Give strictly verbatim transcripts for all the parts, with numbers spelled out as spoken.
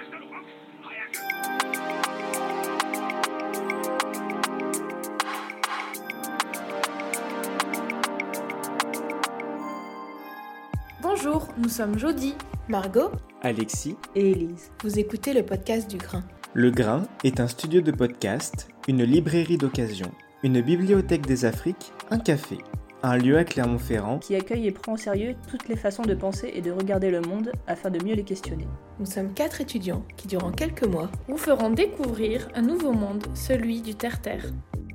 Bonjour, nous sommes Jody, Margot, Alexis et Élise. Vous écoutez le podcast du Grain. Le Grain est un studio de podcast, une librairie d'occasion, une bibliothèque des Afriques, un café, un lieu à Clermont-Ferrand qui accueille et prend au sérieux toutes les façons de penser et de regarder le monde afin de mieux les questionner. Nous sommes quatre étudiants qui, durant quelques mois, vous feront découvrir un nouveau monde, celui du terre-terre.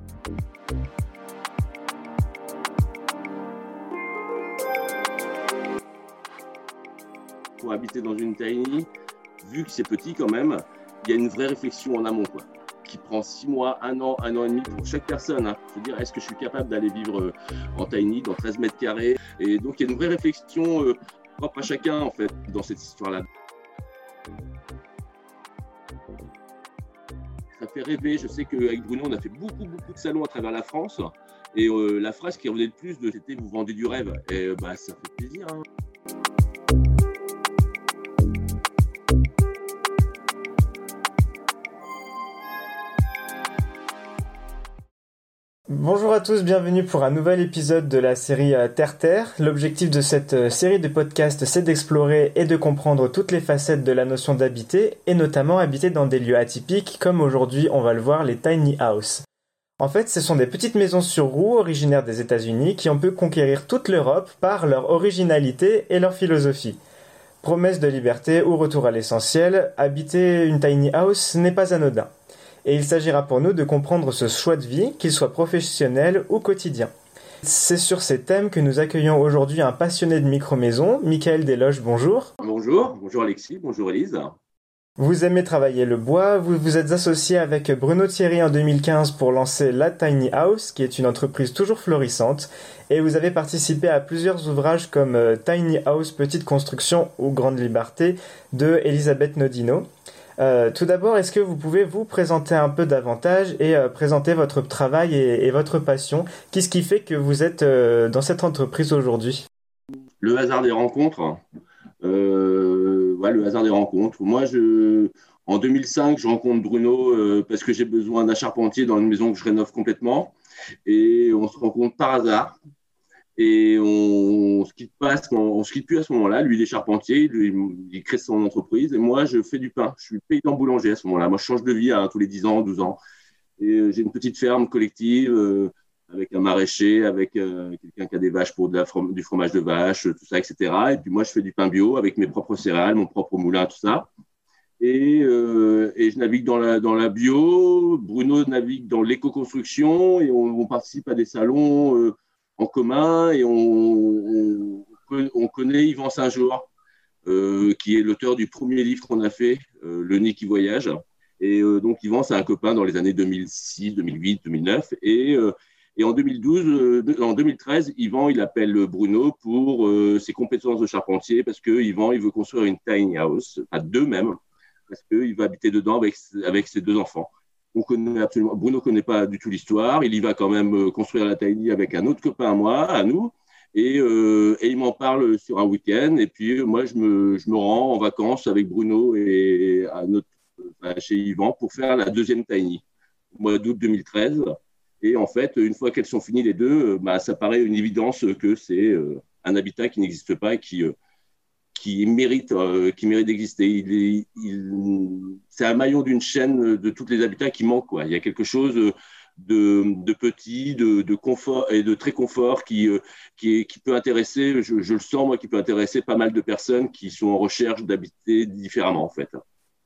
Pour habiter dans une tiny, vu que c'est petit quand même, il y a une vraie réflexion en amont, quoi, qui prend six mois, un an, un an et demi pour chaque personne. Hein. Se dire, est-ce que je suis capable d'aller vivre en tiny, dans treize mètres carrés? Et donc, il y a une vraie réflexion euh, propre à chacun, en fait, dans cette histoire-là. Ça fait rêver. Je sais qu'avec Bruno, on a fait beaucoup, beaucoup de salons à travers la France. Et euh, la phrase qui revenait le plus, de, c'était « vous vendez du rêve ». Et euh, bah, ça fait plaisir, hein. Bonjour à tous, bienvenue pour un nouvel épisode de la série Terre-Terre. L'objectif de cette série de podcasts, c'est d'explorer et de comprendre toutes les facettes de la notion d'habiter, et notamment habiter dans des lieux atypiques, comme aujourd'hui on va le voir, les tiny houses. En fait, ce sont des petites maisons sur roues originaires des États-Unis qui ont pu conquérir toute l'Europe par leur originalité et leur philosophie. Promesse de liberté ou retour à l'essentiel, habiter une tiny house n'est pas anodin. Et il s'agira pour nous de comprendre ce choix de vie, qu'il soit professionnel ou quotidien. C'est sur ces thèmes que nous accueillons aujourd'hui un passionné de micro-maison, Michael Desloges, bonjour. Bonjour, bonjour Alexis, bonjour Élise. Vous aimez travailler le bois, vous vous êtes associé avec Bruno Thierry en deux mille quinze pour lancer La Tiny House, qui est une entreprise toujours florissante, et vous avez participé à plusieurs ouvrages comme Tiny House, Petite Construction ou Grande Liberté de Elisabeth Nodino. Euh, tout d'abord, est-ce que vous pouvez vous présenter un peu davantage et euh, présenter votre travail et, et votre passion? Qu'est-ce qui fait que vous êtes euh, dans cette entreprise aujourd'hui? Le hasard des rencontres. Euh, ouais, le hasard des rencontres. Moi, je, en deux mille cinq, je rencontre Bruno euh, parce que j'ai besoin d'un charpentier dans une maison que je rénove complètement. Et on se rencontre par hasard. Et on ne se quitte pas, on se quitte plus à ce moment-là. Lui, il est charpentier, lui, il crée son entreprise. Et moi, je fais du pain. Je suis paysan boulanger à ce moment-là. Moi, je change de vie hein, tous les dix ans, douze ans. Et euh, j'ai une petite ferme collective euh, avec un maraîcher, avec euh, quelqu'un qui a des vaches pour de la from- du fromage de vache, tout ça, et cetera. Et puis moi, je fais du pain bio avec mes propres céréales, mon propre moulin, tout ça. Et, euh, et je navigue dans la, dans la bio. Bruno navigue dans l'éco-construction et on, on participe à des salons euh, en commun et on, on, on connaît Yvan Saint-Jour, euh, qui est l'auteur du premier livre qu'on a fait, euh, Le Nid qui voyage. Et euh, donc Yvan, c'est un copain dans les années deux mille six, deux mille huit, deux mille neuf. Et, euh, et en deux mille douze, euh, en deux mille treize, Yvan, il appelle Bruno pour euh, ses compétences de charpentier parce que Yvan, il veut construire une tiny house, à deux même, parce qu'il va habiter dedans avec, avec ses deux enfants. On connaît absolument, Bruno ne connaît pas du tout l'histoire. Il y va quand même construire la tiny avec un autre copain à moi, à nous. Et, euh, et il m'en parle sur un week-end. Et puis, moi, je me, je me rends en vacances avec Bruno et à notre, enfin, chez Yvan pour faire la deuxième tiny, au mois d'août deux mille treize. Et en fait, une fois qu'elles sont finies les deux, bah, ça paraît une évidence que c'est euh, un habitat qui n'existe pas et qui... Euh, qui mérite, euh, qui mérite d'exister. Il est, il, c'est un maillon d'une chaîne de tous les habitats qui manque, quoi. Il y a quelque chose de, de petit, de, de confort et de très confort qui, euh, qui, est, qui peut intéresser, je, je le sens moi, qui peut intéresser pas mal de personnes qui sont en recherche d'habiter différemment, en fait.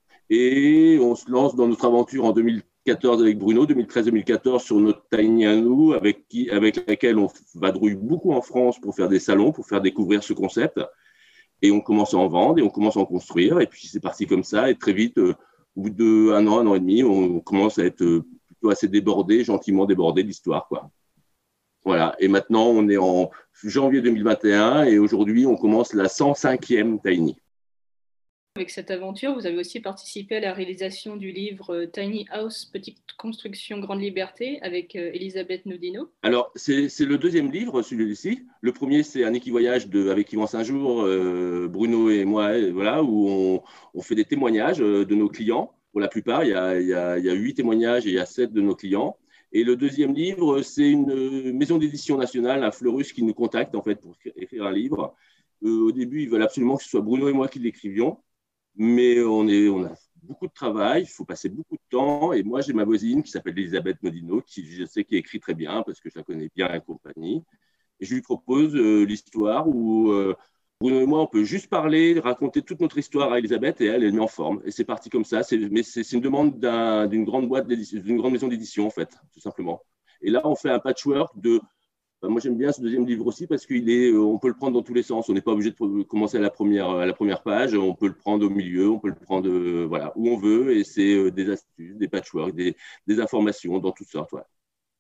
Et on se lance dans notre aventure en deux mille quatorze avec Bruno, deux mille treize deux mille quatorze sur notre tiny à nous, avec, qui, avec laquelle on vadrouille beaucoup en France pour faire des salons, pour faire découvrir ce concept. Et on commence à en vendre et on commence à en construire. Et puis, c'est parti comme ça. Et très vite, euh, au bout d'un an, un an et demi, on commence à être euh, plutôt assez débordé, gentiment débordé de l'histoire, quoi. Voilà. Et maintenant, on est en janvier deux mille vingt et un et aujourd'hui, on commence la cent cinquième Tiny. Avec cette aventure, vous avez aussi participé à la réalisation du livre Tiny House, Petite Construction, Grande Liberté avec Elisabeth Nudino. Alors, c'est, c'est le deuxième livre, celui-ci. Le premier, c'est un équivoyage de, avec Yvan Saint-Jour, euh, Bruno et moi, et voilà, où on, on fait des témoignages de nos clients. Pour la plupart, il y a, il y a, il y a huit témoignages et il y a sept de nos clients. Et le deuxième livre, c'est une maison d'édition nationale, un Fleurus, qui nous contacte en fait pour écrire un livre. Euh, au début, ils veulent absolument que ce soit Bruno et moi qui l'écrivions. Mais on, est, on a beaucoup de travail, il faut passer beaucoup de temps. Et moi, j'ai ma voisine qui s'appelle Elisabeth Nodino, qui je sais qui écrit très bien parce que je la connais bien et compagnie. Et je lui propose euh, l'histoire où euh, Bruno et moi, on peut juste parler, raconter toute notre histoire à Elisabeth et elle, elle met en forme. Et c'est parti comme ça. C'est, mais c'est, c'est une demande d'un, d'une grande boîte, d'une grande maison d'édition, en fait, tout simplement. Et là, on fait un patchwork de. Moi, j'aime bien ce deuxième livre aussi parce qu'on peut le prendre dans tous les sens. On n'est pas obligé de commencer à la, première, à la première page. On peut le prendre au milieu, on peut le prendre voilà, où on veut. Et c'est des astuces, des patchworks, des, des informations dans toutes sortes. Ouais.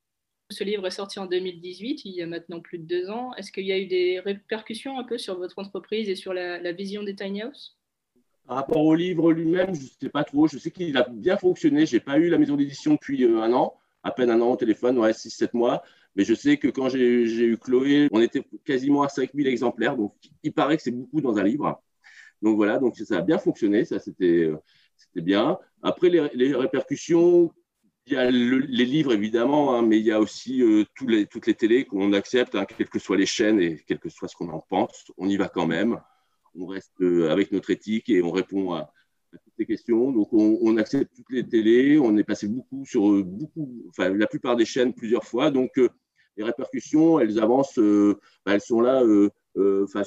Ce livre est sorti en deux mille dix-huit, il y a maintenant plus de deux ans. Est-ce qu'il y a eu des répercussions un peu sur votre entreprise et sur la, la vision des Tiny House ? Par rapport au livre lui-même, je ne sais pas trop. Je sais qu'il a bien fonctionné. Je n'ai pas eu la maison d'édition depuis un an, à peine un an au téléphone, ouais, six sept mois. Mais je sais que quand j'ai, j'ai eu Chloé, on était quasiment à cinq mille exemplaires. Donc, il paraît que c'est beaucoup dans un livre. Donc, voilà, donc ça a bien fonctionné. Ça, c'était, c'était bien. Après, les, les répercussions, il y a le, les livres, évidemment, hein, mais il y a aussi euh, tous les, toutes les télés qu'on accepte, hein, quelles que soient les chaînes et quel que soit ce qu'on en pense. On y va quand même. On reste euh, avec notre éthique et on répond à, à toutes les questions. Donc, on, on accepte toutes les télés. On est passé beaucoup sur euh, beaucoup, enfin, la plupart des chaînes plusieurs fois. Donc, euh, les répercussions, elles avancent, euh, bah, elles sont là. Euh, euh, je ne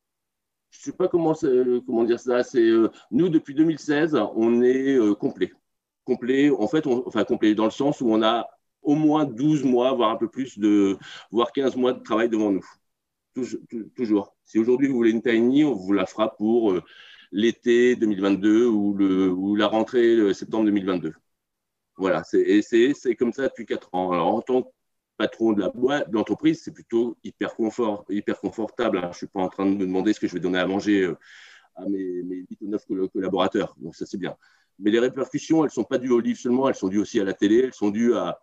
sais pas comment, comment dire ça. C'est, euh, nous, depuis deux mille seize, on est euh, complet. Complet, en fait, on, enfin complet dans le sens où on a au moins douze mois, voire un peu plus, de, voire quinze mois de travail devant nous. Toujours. toujours. Si aujourd'hui vous voulez une tiny, on vous la fera pour euh, l'été deux mille vingt-deux ou, le, ou la rentrée euh, septembre deux mille vingt-deux. Voilà, c'est, et c'est, c'est comme ça depuis quatre ans. Alors, en tant que patron de la boîte, de l'entreprise, c'est plutôt hyper, confort, hyper confortable. Hein. Je ne suis pas en train de me demander ce que je vais donner à manger à mes, mes huit ou neuf collaborateurs. Donc, ça, c'est bien. Mais les répercussions, elles ne sont pas dues au livre seulement, elles sont dues aussi à la télé, elles sont dues à.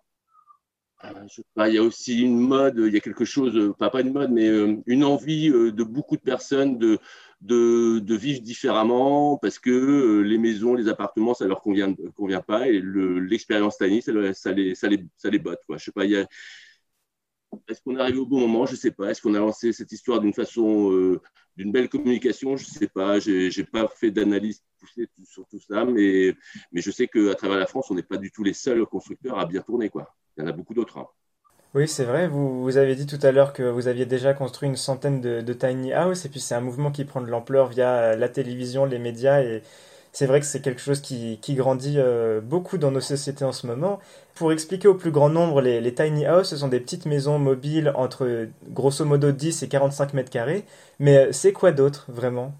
Je sais pas, il y a aussi une mode, il y a quelque chose, pas, pas une mode, mais une envie de beaucoup de personnes de, de, de vivre différemment parce que les maisons, les appartements, ça ne leur convient, convient pas et le, l'expérience tiny, ça, ça, les, ça, les, ça les botte. Quoi. Je sais pas, il y a, est-ce qu'on est arrivé au bon moment? Je ne sais pas. Est-ce qu'on a lancé cette histoire d'une façon, euh, d'une belle communication? Je ne sais pas. Je n'ai pas fait d'analyse poussée sur tout ça, mais, mais je sais qu'à travers la France, on n'est pas du tout les seuls constructeurs à bien tourner, quoi. Il y en a beaucoup d'autres. Hein. Oui, c'est vrai. Vous, vous avez dit tout à l'heure que vous aviez déjà construit une centaine de, de tiny house, et puis c'est un mouvement qui prend de l'ampleur via la télévision, les médias, et c'est vrai que c'est quelque chose qui, qui grandit euh, beaucoup dans nos sociétés en ce moment. Pour expliquer au plus grand nombre, les, les tiny house, ce sont des petites maisons mobiles entre grosso modo dix et quarante-cinq mètres carrés. Mais euh, c'est quoi d'autre, vraiment?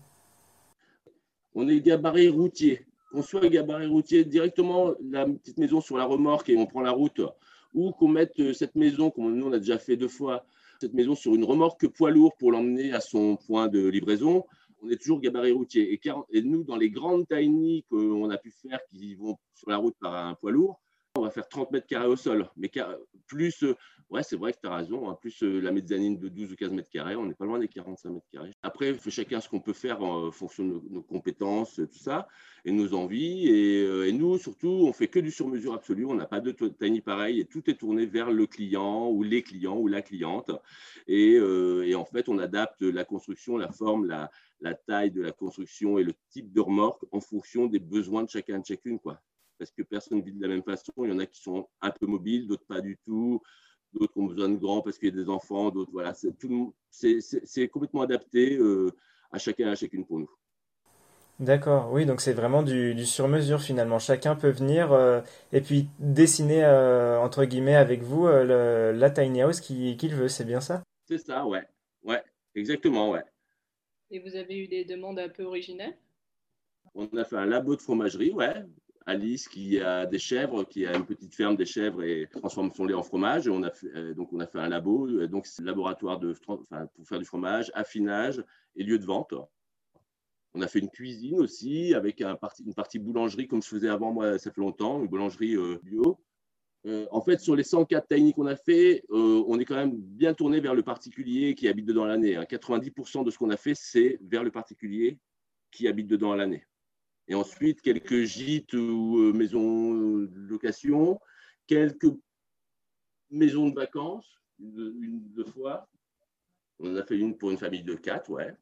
On est gabarit routier. Qu'on soit gabarit routier directement, la petite maison sur la remorque et on prend la route, ou qu'on mette cette maison, comme nous on a déjà fait deux fois, cette maison sur une remorque poids lourd pour l'emmener à son point de livraison. On est toujours gabarit routier. Et, et nous, dans les grandes tiny qu'on a pu faire qui vont sur la route par un poids lourd, on va faire trente mètres carrés au sol. Mais plus, ouais, c'est vrai que tu as raison, hein, plus la mezzanine de douze ou quinze mètres carrés, on n'est pas loin des quarante-cinq mètres carrés. Après, il fait chacun ce qu'on peut faire en fonction de nos, nos compétences, tout ça, et nos envies. Et, et nous, surtout, on fait que du sur-mesure absolu. On n'a pas de tiny pareil et tout est tourné vers le client ou les clients ou la cliente. Et, euh, et en fait, on adapte la construction, la forme, la, la taille de la construction et le type de remorque en fonction des besoins de chacun et de chacune, quoi. Parce que personne ne vit de la même façon. Il y en a qui sont un peu mobiles, d'autres pas du tout, d'autres ont besoin de grands parce qu'il y a des enfants, d'autres, voilà. C'est, tout, c'est, c'est, c'est complètement adapté euh, à chacun et à chacune pour nous. D'accord, oui, donc c'est vraiment du, du sur-mesure finalement. Chacun peut venir euh, et puis dessiner, euh, entre guillemets, avec vous euh, le, la tiny house qu'il, qu'il veut, c'est bien ça? C'est ça, ouais. Ouais, exactement, ouais. Et vous avez eu des demandes un peu originales? On a fait un labo de fromagerie, ouais. Alice qui a des chèvres, qui a une petite ferme des chèvres et transforme son lait en fromage. On a fait, donc on a fait un labo, donc c'est un laboratoire de, enfin, pour faire du fromage, affinage et lieu de vente. On a fait une cuisine aussi, avec un parti, une partie boulangerie, comme je faisais avant, moi, ça fait longtemps, une boulangerie euh, bio. Euh, en fait, sur les cent quatre tiny qu'on a fait, euh, on est quand même bien tourné vers le particulier qui habite dedans l'année. Hein. quatre-vingt-dix pour cent de ce qu'on a fait, c'est vers le particulier qui habite dedans à l'année. Et ensuite, quelques gîtes ou euh, maisons de location, quelques maisons de vacances, une, une deux fois. On en a fait une pour une famille de quatre, ouais.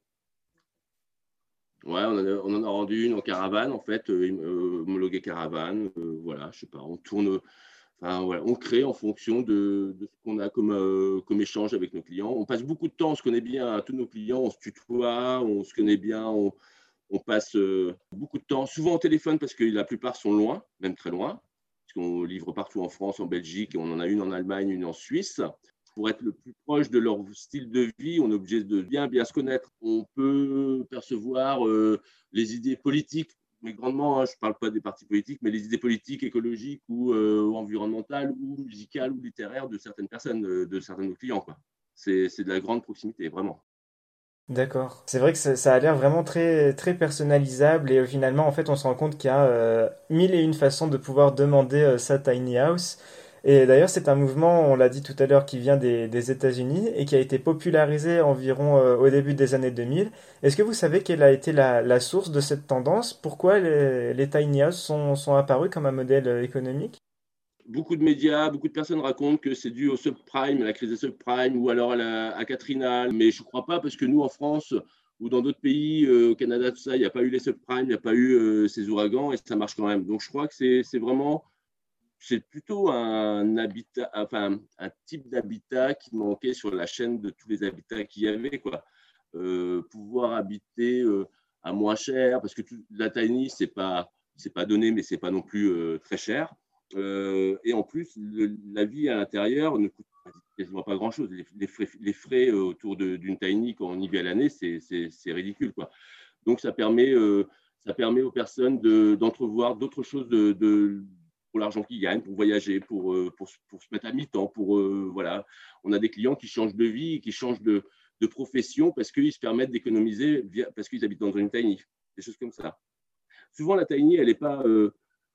Ouais, on en, a, on en a rendu une en caravane, en fait, euh, homologuée caravane. Euh, voilà, je sais pas, on tourne, enfin, voilà, on crée en fonction de, de ce qu'on a comme, euh, comme échange avec nos clients. On passe beaucoup de temps, on se connaît bien, hein, tous nos clients, on se tutoie, on se connaît bien, on, on passe euh, beaucoup de temps, souvent au téléphone parce que la plupart sont loin, même très loin, parce qu'on livre partout en France, en Belgique, et on en a une en Allemagne, une en Suisse. Pour être le plus proche de leur style de vie, on est obligé de bien, bien se connaître. On peut percevoir euh, les idées politiques, mais grandement, hein, je ne parle pas des partis politiques, mais les idées politiques, écologiques ou euh, environnementales ou musicales ou littéraires de certaines personnes, de, de certains de nos clients, quoi. C'est, c'est de la grande proximité, vraiment. D'accord. C'est vrai que ça, ça a l'air vraiment très, très personnalisable et euh, finalement, en fait, on se rend compte qu'il y a euh, mille et une façons de pouvoir demander euh, sa tiny house. Et d'ailleurs, c'est un mouvement, on l'a dit tout à l'heure, qui vient des, des États-Unis et qui a été popularisé environ euh, au début des années deux mille. Est-ce que vous savez quelle a été la, la source de cette tendance? Pourquoi les, les tiny houses sont, sont apparus comme un modèle euh, économique? Beaucoup de médias, beaucoup de personnes racontent que c'est dû au subprime, à la crise des subprimes, ou alors à, la, à Katrina. Mais je ne crois pas, parce que nous, en France ou dans d'autres pays, euh, au Canada, tout ça, il n'y a pas eu les subprimes, il n'y a pas eu euh, ces ouragans, et ça marche quand même. Donc je crois que c'est, c'est vraiment, c'est plutôt un habitat, enfin un type d'habitat qui manquait sur la chaîne de tous les habitats qu'il y avait, quoi. Euh, pouvoir habiter euh, à moins cher, parce que tout, la tiny, c'est pas, c'est pas donné, mais c'est pas non plus euh, très cher. Euh, et en plus, le, la vie à l'intérieur ne coûte quasiment pas grand-chose. Les, les frais, les frais autour de, d'une tiny, quand on y vit à l'année, c'est, c'est, c'est ridicule, quoi. Donc, ça permet, euh, ça permet aux personnes de, d'entrevoir d'autres choses de, de, pour l'argent qu'ils gagnent, pour voyager, pour, euh, pour, pour se mettre à mi-temps. Pour, euh, voilà. On a des clients qui changent de vie, qui changent de, de profession parce qu'ils se permettent d'économiser via, parce qu'ils habitent dans une tiny. Des choses comme ça. Souvent, la tiny, elle n'est pas. Euh,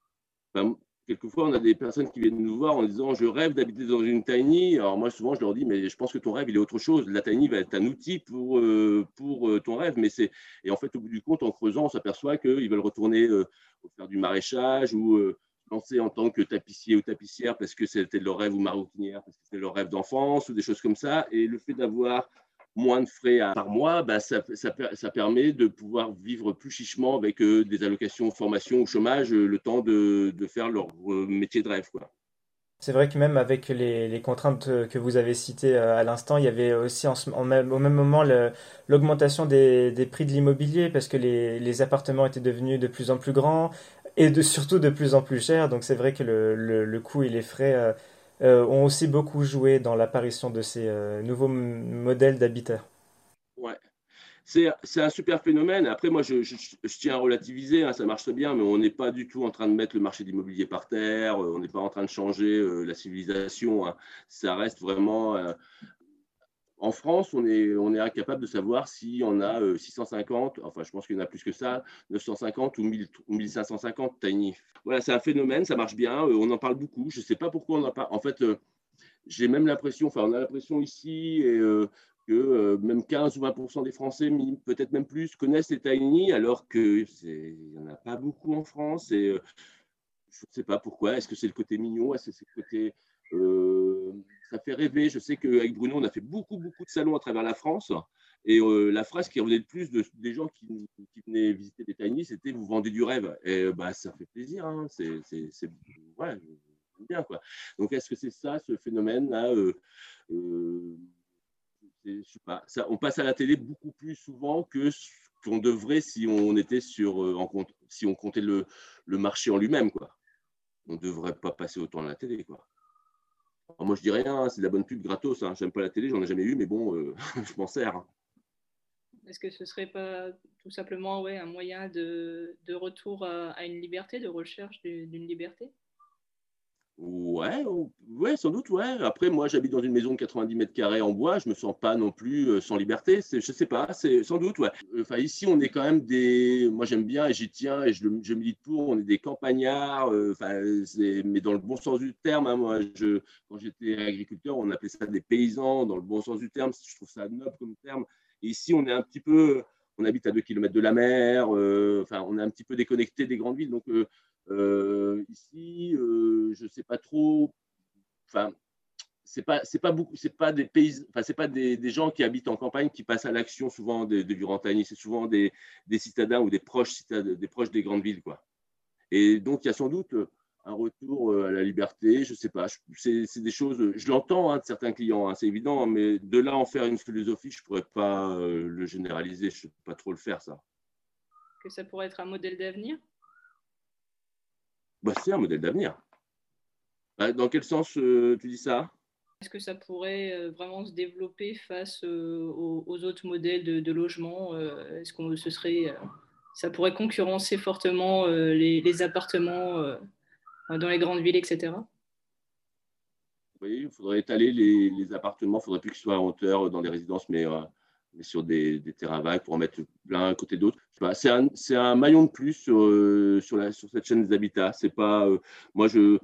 ben, quelquefois, on a des personnes qui viennent nous voir en disant je rêve d'habiter dans une tiny. Alors, moi, souvent, je leur dis mais je pense que ton rêve, il est autre chose. La tiny va être un outil pour, euh, pour euh, ton rêve. Mais c'est... Et en fait, au bout du compte, en creusant, on s'aperçoit qu'ils veulent retourner euh, faire du maraîchage ou euh, lancer en tant que tapissier ou tapissière parce que c'était leur rêve ou maroquinière parce que c'était leur rêve d'enfance ou des choses comme ça. Et le fait d'avoir moins de frais à, par mois, bah, ça, ça, ça, permet de pouvoir vivre plus chichement avec euh, des allocations formation ou chômage, euh, le temps de, de faire leur euh, métier de rêve, quoi. C'est vrai que même avec les, les contraintes euh, que vous avez citées euh, à l'instant, il y avait aussi en ce- en même, au même moment le- l'augmentation des, des prix de l'immobilier parce que les, les appartements étaient devenus de plus en plus grands et de, surtout de plus en plus chers. Donc c'est vrai que le, le, le coût et les frais euh, euh, ont aussi beaucoup joué dans l'apparition de ces euh, nouveaux m- modèles d'habitat. Ouais. C'est, c'est un super phénomène. Après, moi, je, je, je tiens à relativiser, hein, ça marche bien, mais on n'est pas du tout en train de mettre le marché de l'immobilier par terre, euh, on n'est pas en train de changer euh, la civilisation. Hein. Ça reste vraiment euh, en France, on est, on est incapable de savoir si on a euh, six cent cinquante, enfin je pense qu'il y en a plus que ça, neuf cent cinquante ou mille, ou mille cinq cent cinquante tiny. Voilà, c'est un phénomène, ça marche bien, euh, on en parle beaucoup. Je ne sais pas pourquoi on en parle. En fait, euh, j'ai même l'impression, enfin on a l'impression ici et, euh, que euh, même quinze ou vingt pour cent des Français, peut-être même plus, connaissent les tiny, alors qu'il n'y en a pas beaucoup en France. Et euh, je ne sais pas pourquoi. Est-ce que c'est le côté mignon? Est-ce que c'est le côté. Euh, ça fait rêver. Je sais qu'avec Bruno, on a fait beaucoup, beaucoup de salons à travers la France. Et euh, la phrase qui revenait le plus de, des gens qui, qui venaient visiter des tiny, c'était vous vendez du rêve. Et bah, ça fait plaisir. Hein. C'est, c'est, c'est, ouais, bien, quoi. Donc, est-ce que c'est ça, ce phénomène-là euh, euh, je sais pas. Ça, on passe à la télé beaucoup plus souvent que ce qu'on devrait si on était sur, euh, en compte, si on comptait le, le marché en lui-même, quoi. On ne devrait pas passer autant à la télé, quoi. Alors moi, je dis rien, hein, c'est de la bonne pub gratos. Hein. J'aime pas la télé, j'en ai jamais eu, mais bon, euh, je m'en sers. Hein. Est-ce que ce serait pas tout simplement ouais, un moyen de, de retour à, à une liberté, de recherche d'une liberté? Ouais, ou- ouais, sans doute, ouais. Après, moi, j'habite dans une maison de quatre-vingt-dix mètres carrés en bois. Je me sens pas non plus euh, sans liberté. C'est, je sais pas, c'est sans doute, ouais. Enfin, ici, on est quand même des. Moi, j'aime bien et j'y tiens et je, le- je milite pour. On est des campagnards, euh, enfin, c'est- mais dans le bon sens du terme, hein. Moi, je, quand j'étais agriculteur, on appelait ça des paysans, dans le bon sens du terme. Je trouve ça noble comme terme. Et ici, on est un petit peu. On habite à deux kilomètres de la mer. euh, Enfin, on est un petit peu déconnecté des grandes villes. Donc, euh, euh, ici, euh, je ne sais pas trop. Enfin, c'est pas, c'est pas beaucoup, c'est pas des pays, enfin, c'est pas des, des gens qui habitent en campagne qui passent à l'action souvent de, de Virantani. C'est souvent des, des citadins ou des proches, citadins, des proches des grandes villes, quoi. Et donc, il y a sans doute un retour à la liberté. Je sais pas. C'est, c'est des choses. Je l'entends hein, de certains clients, hein, c'est évident, hein, mais de là en faire une philosophie, je pourrais pas euh, le généraliser. Je ne sais pas trop le faire, ça. Que ça pourrait être un modèle d'avenir? Bah, c'est un modèle d'avenir. Bah, dans quel sens euh, tu dis ça? Est-ce que ça pourrait euh, vraiment se développer face euh, aux, aux autres modèles de, de logement? euh, Est-ce qu'on ce serait, euh, ça pourrait concurrencer fortement euh, les, les appartements euh, dans les grandes villes, et cetera. Oui, il faudrait étaler les, les appartements, il ne faudrait plus qu'ils soient en hauteur dans les résidences, mais, euh, mais sur des, des terrains vagues pour en mettre l'un à côté d'autre. Je sais pas, C'est un, c'est un maillon de plus sur, euh, sur, la, sur cette chaîne des habitats. C'est pas, euh, moi, je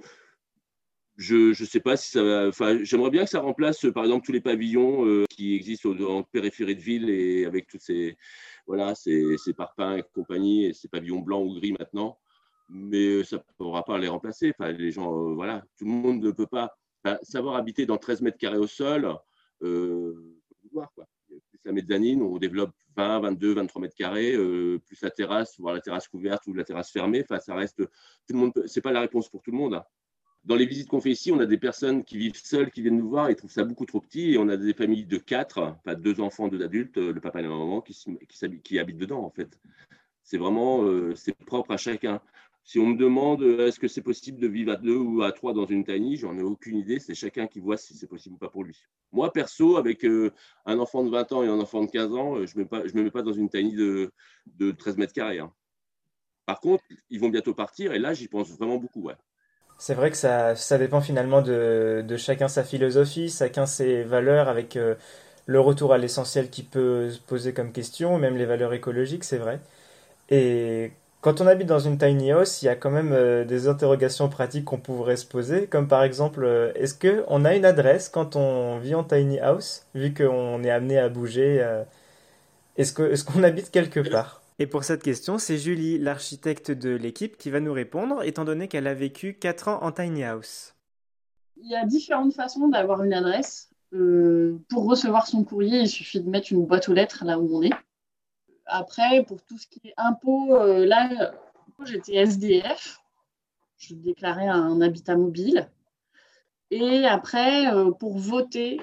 je je sais pas si ça va. Enfin, j'aimerais bien que ça remplace, euh, par exemple, tous les pavillons euh, qui existent au- en périphérie de ville et avec tous ces, voilà, ces, ces parpaings et compagnie et ces pavillons blancs ou gris maintenant. Mais ça ne pourra pas les remplacer. Enfin, les gens, euh, voilà, tout le monde ne peut pas. Enfin, savoir habiter dans treize mètres carrés au sol, euh, faut le voir, quoi. Plus la mezzanine, on développe vingt, vingt-deux, vingt-trois mètres carrés, euh, plus la terrasse, voire la terrasse couverte ou la terrasse fermée. Enfin, ça reste. Tout le monde. peut- C'est pas la réponse pour tout le monde, hein. Dans les visites qu'on fait ici, on a des personnes qui vivent seules, qui viennent nous voir, ils trouvent ça beaucoup trop petit. Et on a des familles de quatre, enfin deux enfants, deux adultes, le papa et la maman, qui, qui, qui habitent dedans, en fait. C'est vraiment, euh, c'est propre à chacun. Si on me demande euh, est-ce que c'est possible de vivre à deux ou à trois dans une tiny, j'en ai aucune idée. C'est chacun qui voit si c'est possible ou pas pour lui. Moi, perso, avec euh, un enfant de vingt ans et un enfant de quinze ans, euh, je ne me, me mets pas dans une tiny de, de treize mètres carrés, hein. Par contre, ils vont bientôt partir et là, j'y pense vraiment beaucoup. Ouais. C'est vrai que ça, ça dépend finalement de, de chacun sa philosophie, chacun ses valeurs avec euh, le retour à l'essentiel qui peut se poser comme question, même les valeurs écologiques, c'est vrai. Et quand on habite dans une tiny house, il y a quand même euh, des interrogations pratiques qu'on pourrait se poser, comme par exemple, euh, est-ce que on a une adresse quand on vit en tiny house, vu qu'on est amené à bouger, euh, est-ce que, est-ce qu'on habite quelque part? Et pour cette question, c'est Julie, l'architecte de l'équipe, qui va nous répondre, étant donné qu'elle a vécu quatre ans en tiny house. Il y a différentes façons d'avoir une adresse. Euh, pour recevoir son courrier, il suffit de mettre une boîte aux lettres là où on est. Après, pour tout ce qui est impôts, euh, là, j'étais S D F. Je déclarais un habitat mobile. Et après, euh, pour voter,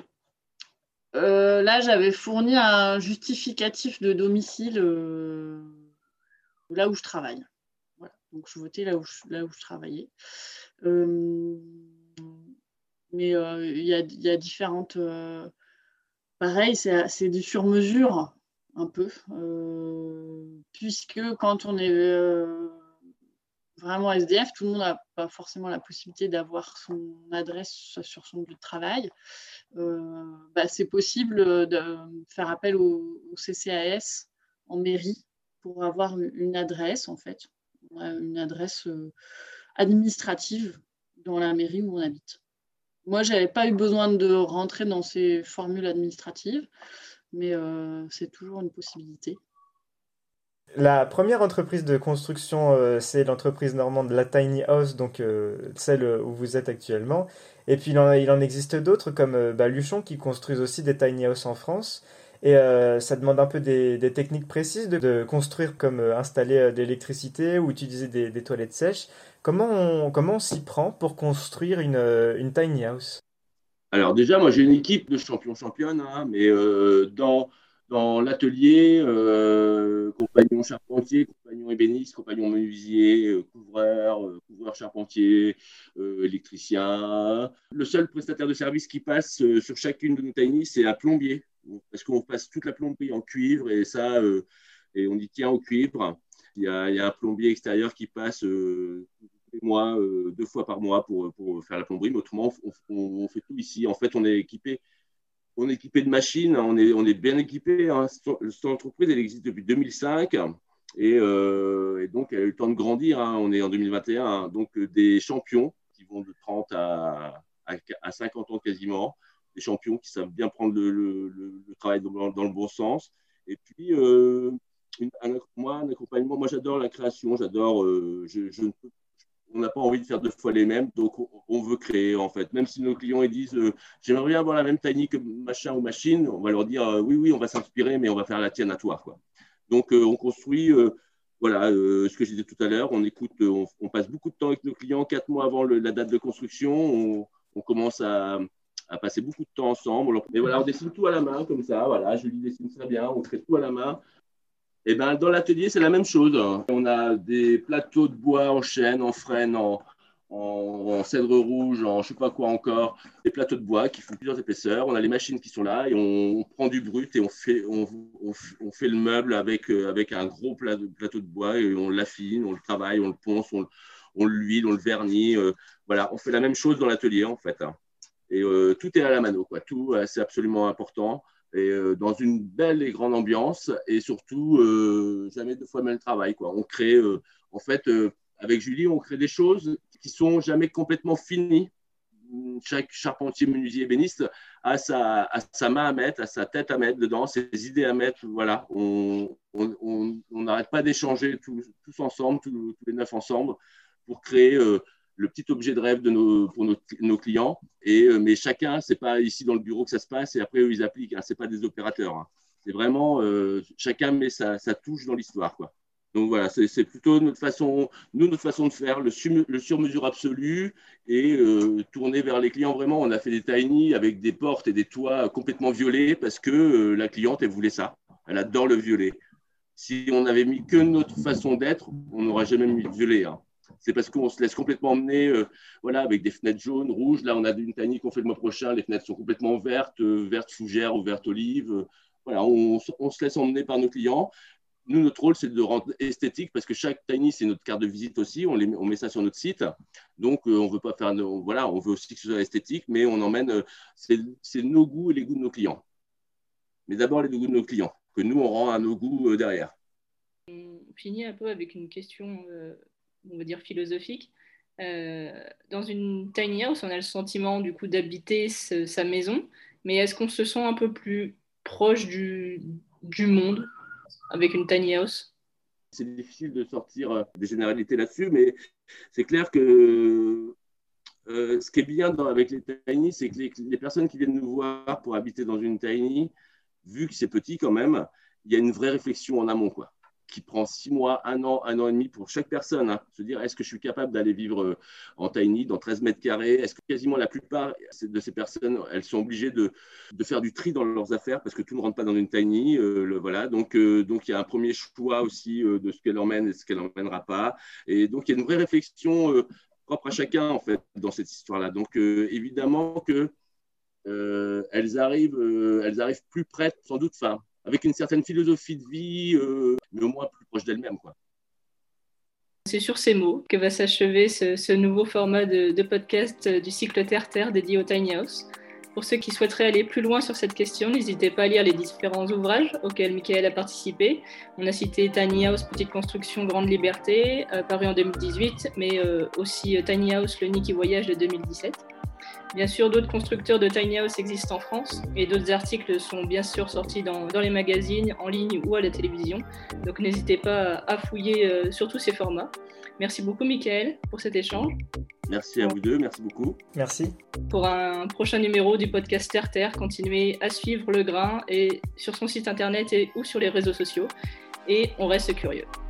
euh, là, j'avais fourni un justificatif de domicile euh, là où je travaille. Voilà. Donc, je votais là où je, là où je travaillais. Euh, mais euh, il y, a, y a différentes. Euh, pareil, c'est, c'est du sur-mesure, un peu. Euh, puisque quand on est euh, vraiment S D F, tout le monde n'a pas forcément la possibilité d'avoir son adresse sur son lieu de travail. Euh, bah, c'est possible de faire appel au, au C C A S en mairie pour avoir une adresse, en fait, une adresse euh, administrative dans la mairie où on habite. Moi, je n'avais pas eu besoin de rentrer dans ces formules administratives, mais euh, c'est toujours une possibilité. La première entreprise de construction, euh, c'est l'entreprise normande La Tiny House, donc euh, celle où vous êtes actuellement. Et puis il en, il en existe d'autres comme euh, bah, Luchon qui construisent aussi des tiny houses en France. Et euh, ça demande un peu des, des techniques précises de, de construire comme euh, installer euh, de l'électricité ou utiliser des, des toilettes sèches. Comment on, comment on s'y prend pour construire une, euh, une tiny house? Alors déjà, moi j'ai une équipe de champions championnes, hein, mais euh, dans, dans l'atelier, euh, compagnon charpentier, compagnon ébéniste, compagnon menuisier, euh, couvreur, euh, couvreur charpentier, euh, électricien. Le seul prestataire de service qui passe euh, sur chacune de nos tiny, c'est un plombier, parce qu'on passe toute la plomberie en cuivre et ça, euh, et on y tient au cuivre. Il y a, il y a un plombier extérieur qui passe euh, les mois, euh, deux fois par mois pour, pour faire la plomberie. Mais autrement, on, on, on fait tout ici. En fait, on est équipé, on est équipé de machines. On est, on est bien équipé. Hein. Cette entreprise, elle existe depuis deux mille cinq. Et, euh, et donc, elle a eu le temps de grandir. Hein. On est en deux mille vingt et un. Hein. Donc, euh, des champions qui vont de trente à, à, à cinquante ans quasiment. Des champions qui savent bien prendre le, le, le, le travail dans, dans le bon sens. Et puis, euh, une, un, moi, un accompagnement, moi, j'adore la création. J'adore, euh, je, je ne peux on n'a pas envie de faire deux fois les mêmes, donc on, on veut créer en fait. Même si nos clients ils disent euh, j'aimerais bien avoir la même tiny que machin ou machine, on va leur dire euh, oui, oui, on va s'inspirer, mais on va faire la tienne à toi. Quoi. Donc euh, on construit, euh, voilà, euh, ce que je disais tout à l'heure, on écoute, euh, on, on passe beaucoup de temps avec nos clients, quatre mois avant le, la date de construction, on, on commence à, à passer beaucoup de temps ensemble. Mais voilà, on dessine tout à la main comme ça, voilà, Julie dessine ça bien, on crée tout à la main. Et ben, dans l'atelier, c'est la même chose. On a des plateaux de bois en chêne, en frêne, en, en, en cèdre rouge, en je ne sais pas quoi encore. Des plateaux de bois qui font plusieurs épaisseurs. On a les machines qui sont là et on, on prend du brut et on fait, on, on, on fait le meuble avec, avec un gros plateau, plateau de bois et on l'affine, on le travaille, on le ponce, on, on l'huile, on le vernit. Euh, voilà, on fait la même chose dans l'atelier en fait. Et euh, tout est à la mano, quoi. Tout, euh, c'est absolument important. Et euh, dans une belle et grande ambiance et surtout euh, jamais deux fois le même travail quoi. On crée euh, en fait euh, avec Julie on crée des choses qui sont jamais complètement finies. Chaque charpentier, menuisier, ébéniste a sa, a sa main à mettre, a sa tête à mettre dedans, ses idées à mettre. Voilà, on n'arrête on, on pas d'échanger tous, tous ensemble, tous, tous les neuf ensemble pour créer euh, le petit objet de rêve de nos, pour nos, nos clients. Et, euh, mais chacun, ce n'est pas ici dans le bureau que ça se passe et après, eux, ils appliquent. Hein, ce n'est pas des opérateurs. Hein. C'est vraiment, euh, chacun met sa, sa touche dans l'histoire. Quoi. Donc voilà, c'est, c'est plutôt notre façon, nous, notre façon de faire, le, sur, le sur-mesure absolu et euh, tourner vers les clients. Vraiment, on a fait des tiny avec des portes et des toits complètement violets parce que euh, la cliente, elle voulait ça. Elle adore le violet. Si on n'avait mis que notre façon d'être, on n'aurait jamais mis de violet. Hein. C'est parce qu'on se laisse complètement emmener euh, voilà, avec des fenêtres jaunes, rouges. Là, on a une tiny qu'on fait le mois prochain. Les fenêtres sont complètement vertes, euh, vertes fougères ou vertes olives. Euh, voilà, on, on se laisse emmener par nos clients. Nous, notre rôle, c'est de rendre esthétique parce que chaque tiny, c'est notre carte de visite aussi. On, les, on met ça sur notre site. Donc, euh, on veut pas faire, on, voilà, on veut aussi que ce soit esthétique, mais on emmène, euh, c'est, c'est nos goûts et les goûts de nos clients. Mais d'abord, les goûts de nos clients, que nous, on rend à nos goûts euh, derrière. On finit un peu avec une question, euh, on va dire philosophique. Euh, dans une tiny house, on a le sentiment du coup d'habiter ce, sa maison, mais est-ce qu'on se sent un peu plus proche du, du monde avec une tiny house? C'est difficile de sortir des généralités là-dessus, mais c'est clair que euh, ce qui est bien dans, avec les tiny, c'est que les, les personnes qui viennent nous voir pour habiter dans une tiny, vu que c'est petit quand même, il y a une vraie réflexion en amont, quoi, qui prend six mois, un an, un an et demi pour chaque personne. Hein. Se dire, est-ce que je suis capable d'aller vivre en tiny, dans treize mètres carrés? Est-ce que quasiment la plupart de ces personnes, elles sont obligées de, de faire du tri dans leurs affaires parce que tout ne rentre pas dans une tiny. Euh, le, voilà. Donc, euh, donc, il y a un premier choix aussi euh, de ce qu'elle emmène et ce qu'elle n'emmènera pas. Et donc, il y a une vraie réflexion euh, propre à chacun, en fait, dans cette histoire-là. Donc, euh, évidemment que euh, elles, arrivent, euh, elles arrivent plus près, sans doute, enfin, avec une certaine philosophie de vie, euh, mais au moins plus proche d'elle-même, quoi. C'est sur ces mots que va s'achever ce, ce nouveau format de, de podcast du cycle Terre-Terre dédié au Tiny House. Pour ceux qui souhaiteraient aller plus loin sur cette question, n'hésitez pas à lire les différents ouvrages auxquels Michael a participé. On a cité Tiny House, Petite Construction, Grande Liberté, euh, paru en deux mille dix-huit, mais euh, aussi Tiny House, Le Nid qui voyage de deux mille dix-sept. Bien sûr, d'autres constructeurs de Tiny House existent en France et d'autres articles sont bien sûr sortis dans, dans les magazines, en ligne ou à la télévision. Donc n'hésitez pas à fouiller euh, sur tous ces formats. Merci beaucoup Michael pour cet échange. Merci à vous deux, merci beaucoup. Merci. Pour un prochain numéro du podcast Terre-Terre, continuez à suivre Le Grain et sur son site internet et ou sur les réseaux sociaux. Et on reste curieux.